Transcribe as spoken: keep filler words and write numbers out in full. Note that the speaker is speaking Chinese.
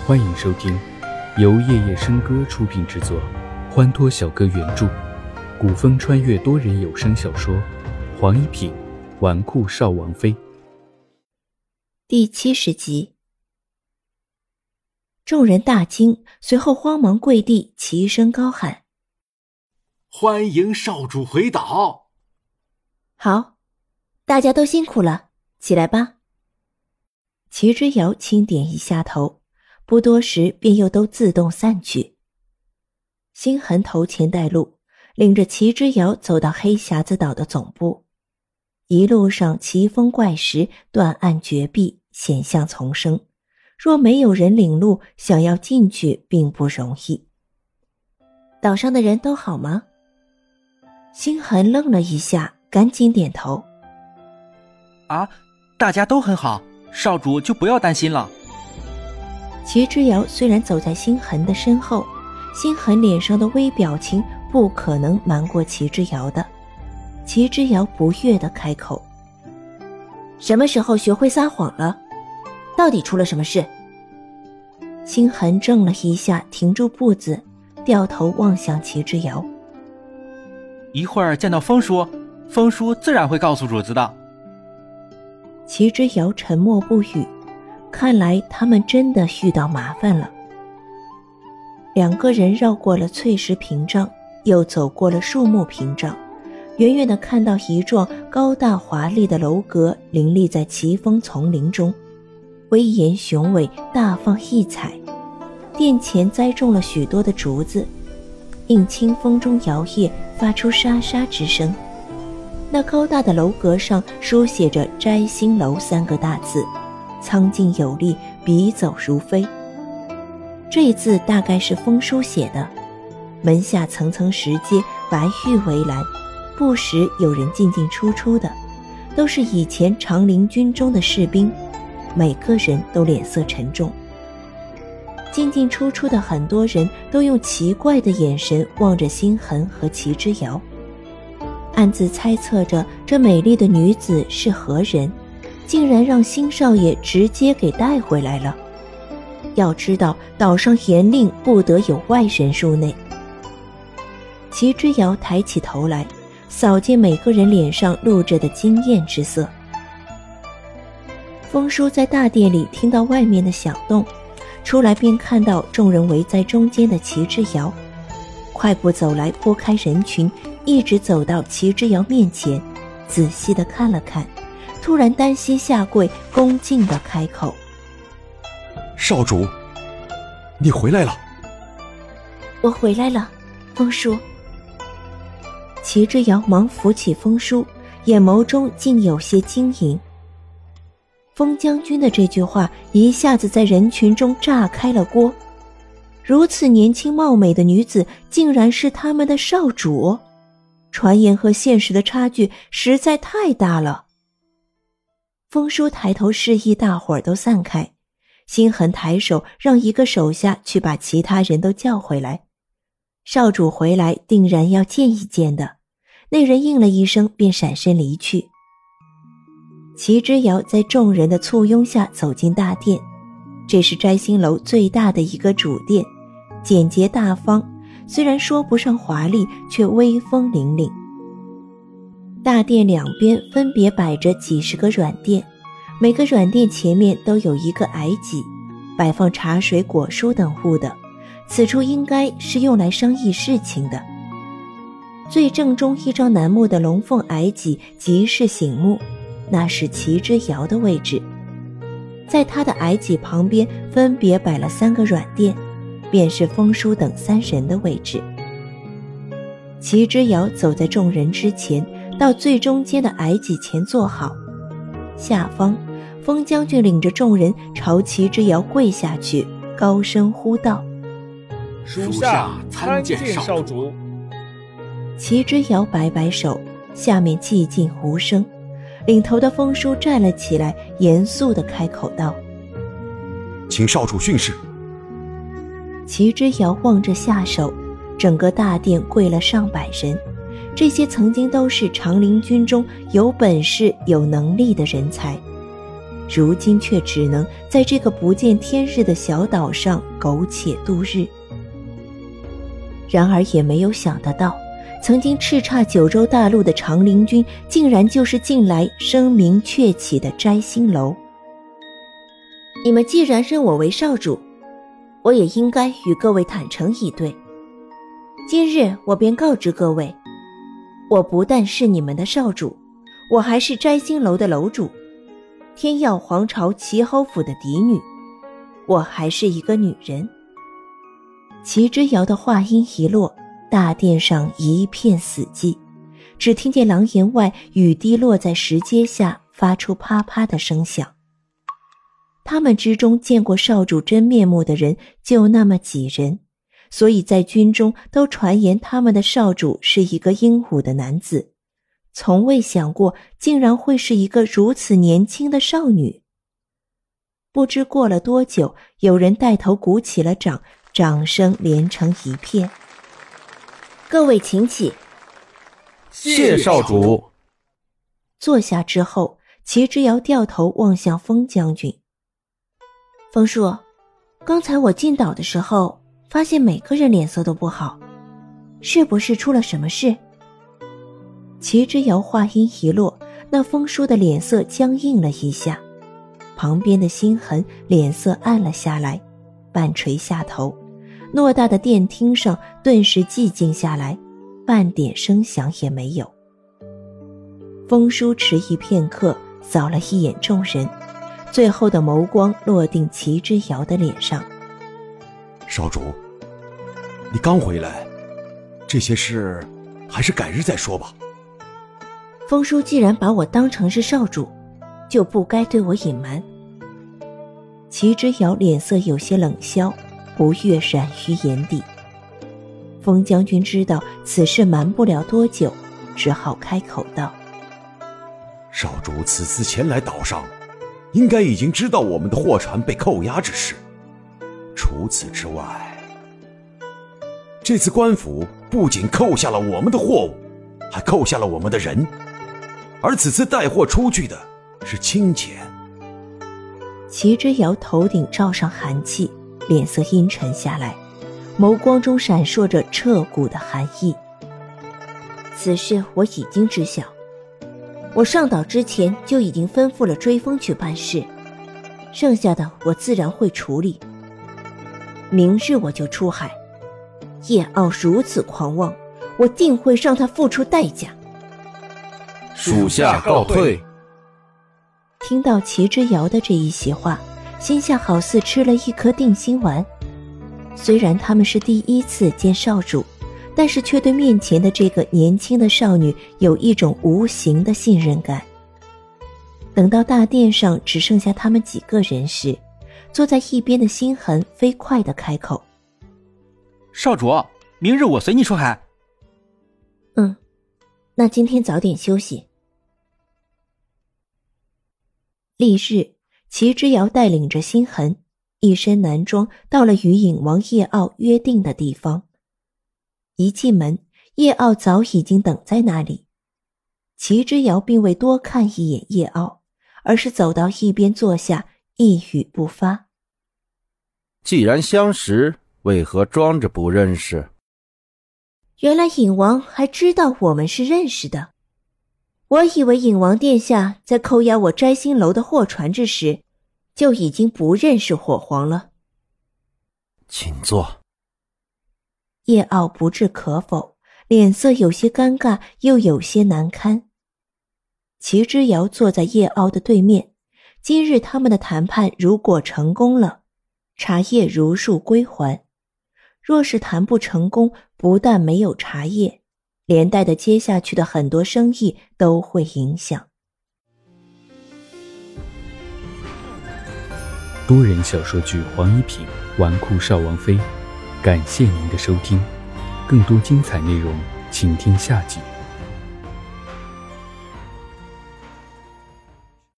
欢迎收听由夜夜笙歌出品制作，欢脱小哥原著，古风穿越多人有声小说《黄一品纨绔少王妃》 第七十集。众人大惊，随后慌忙跪地，齐声高喊： 欢迎少主回岛！ 好，大家都辛苦了，起来吧。齐之遥轻点一下头，不多时便又都自动散去。星痕头前带路，领着齐之遥走到黑匣子岛的总部。一路上奇峰怪石，断岸绝壁，险象丛生，若没有人领路，想要进去并不容易。岛上的人都好吗？星痕愣了一下，赶紧点头。 啊，大家都很好，少主就不要担心了。 齐之遥虽然走在星痕的身后，星痕脸上的微表情不可能瞒过齐之遥的。齐之遥不悦地开口：什么时候学会撒谎了？到底出了什么事？星痕怔了一下，停住步子，掉头望向齐之遥。 一会儿见到风叔，风叔自然会告诉主子的。 齐之遥沉默不语，看来他们真的遇到麻烦了。两个人绕过了翠石屏障，又走过了树木屏障，远远地看到一幢高大华丽的楼阁林立在奇峰丛林中，威严雄伟，大放异彩。殿前栽种了许多的竹子，应清风中摇曳，发出沙沙之声。那高大的楼阁上书写着摘星楼三个大字，苍劲有力，笔走如飞。这字大概是风书写的。门下层层石阶，白玉围栏，不时有人进进出出的，都是以前长陵军中的士兵，每个人都脸色沉重。进进出出的很多人都用奇怪的眼神望着星痕和齐之遥，暗自猜测着这美丽的女子是何人，竟然让星少爷直接给带回来了。要知道岛上严令不得有外人入内。齐之遥抬起头来，扫见每个人脸上露着的惊艳之色。风叔在大殿里听到外面的响动，出来便看到众人围在中间的齐之遥，快步走来，拨开人群，一直走到齐之遥面前，仔细地看了看，突然单膝下跪，恭敬地开口： 少主，你回来了。 我回来了，风叔。齐之遥忙扶起风叔，眼眸中竟有些晶莹。风将军的这句话一下子在人群中炸开了锅，如此年轻貌美的女子竟然是他们的少主，传言和现实的差距实在太大了。风叔抬头示意大伙儿都散开，星痕抬手让一个手下去把其他人都叫回来。少主回来定然要见一见的，那人应了一声便闪身离去。齐之遥在众人的簇拥下走进大殿，这是摘星楼最大的一个主殿，简洁大方，虽然说不上华丽，却威风凛凛。大殿两边分别摆着几十个软垫，每个软垫前面都有一个矮几，摆放茶水果蔬等物的，此处应该是用来商议事情的。最正中一张楠木的龙凤矮几极是醒目，那是齐之遥的位置。在他的矮几旁边分别摆了三个软垫，便是风叔等三人的位置。齐之遥走在众人之前，到最中间的矮几前坐好。下方，风将军领着众人朝齐之遥跪下去，高声呼道： 属下参见少主。 齐之遥摆摆手，下面寂静无声。领头的风叔站了起来，严肃地开口道： 请少主训示。 齐之遥望着下手，整个大殿跪了上百人，这些曾经都是长陵军中有本事有能力的人才。 如今却只能在这个不见天日的小岛上苟且度日。然而也没有想得到，曾经叱咤九州大陆的长陵君，竟然就是近来声名鹊起的摘星楼。你们既然认我为少主，我也应该与各位坦诚以对。今日我便告知各位，我不但是你们的少主，我还是摘星楼的楼主，天耀皇朝齐侯府的嫡女，我还是一个女人。齐之遥的话音一落，大殿上一片死寂，只听见廊檐外雨滴落在石阶下，发出啪啪的声响。他们之中见过少主真面目的人就那么几人，所以在军中都传言他们的少主是一个英武的男子，从未想过竟然会是一个如此年轻的少女。不知过了多久，有人带头鼓起了掌，掌声连成一片。各位请起。 谢少主。 坐下之后，齐之遥掉头望向风将军。风叔，刚才我进岛的时候，发现每个人脸色都不好，是不是出了什么事？齐之遥话音一落，那风叔的脸色僵硬了一下，旁边的心痕脸色暗了下来，半垂下头。偌大的殿厅上顿时寂静下来，半点声响也没有。风叔迟疑片刻，扫了一眼众人，最后的眸光落定齐之遥的脸上。 少主，你刚回来，这些事还是改日再说吧。 风叔既然把我当成是少主，就不该对我隐瞒。齐之遥脸色有些冷笑，不悦染于眼底。风将军知道此事瞒不了多久，只好开口道： 少主此次前来岛上，应该已经知道我们的货船被扣押之事。除此之外，这次官府不仅扣下了我们的货物，还扣下了我们的人，而此次带货出去的是清钱。 齐之遥头顶罩上寒气，脸色阴沉下来，眸光中闪烁着彻骨的寒意。此事我已经知晓，我上岛之前就已经吩咐了追风去办事，剩下的我自然会处理。明日我就出海，叶傲如此狂妄，我定会让他付出代价。 属下告退。 听到齐之遥的这一席话，心下好似吃了一颗定心丸。虽然他们是第一次见少主，但是却对面前的这个年轻的少女有一种无形的信任感。等到大殿上只剩下他们几个人时，坐在一边的心痕飞快地开口： 少主，明日我随你出海。 嗯，那今天早点休息。翌日，齐之遥带领着心痕，一身男装到了与隐王叶傲约定的地方。一进门，叶傲早已经等在那里。齐之遥并未多看一眼叶傲，而是走到一边坐下，一语不发。 既然相识，为何装着不认识？ 原来隐王还知道我们是认识的。我以为隐王殿下在扣押我摘星楼的货船之时，就已经不认识火皇了。 请坐。 叶傲不置可否，脸色有些尴尬，又有些难堪。齐之遥坐在叶傲的对面，今日他们的谈判如果成功了，茶叶如数归还；若是谈不成功，不但没有茶叶，连带的接下去的很多生意都会影响。 多人小说剧《黄一品纨绔少王妃》，感谢您的收听，更多精彩内容请听下集。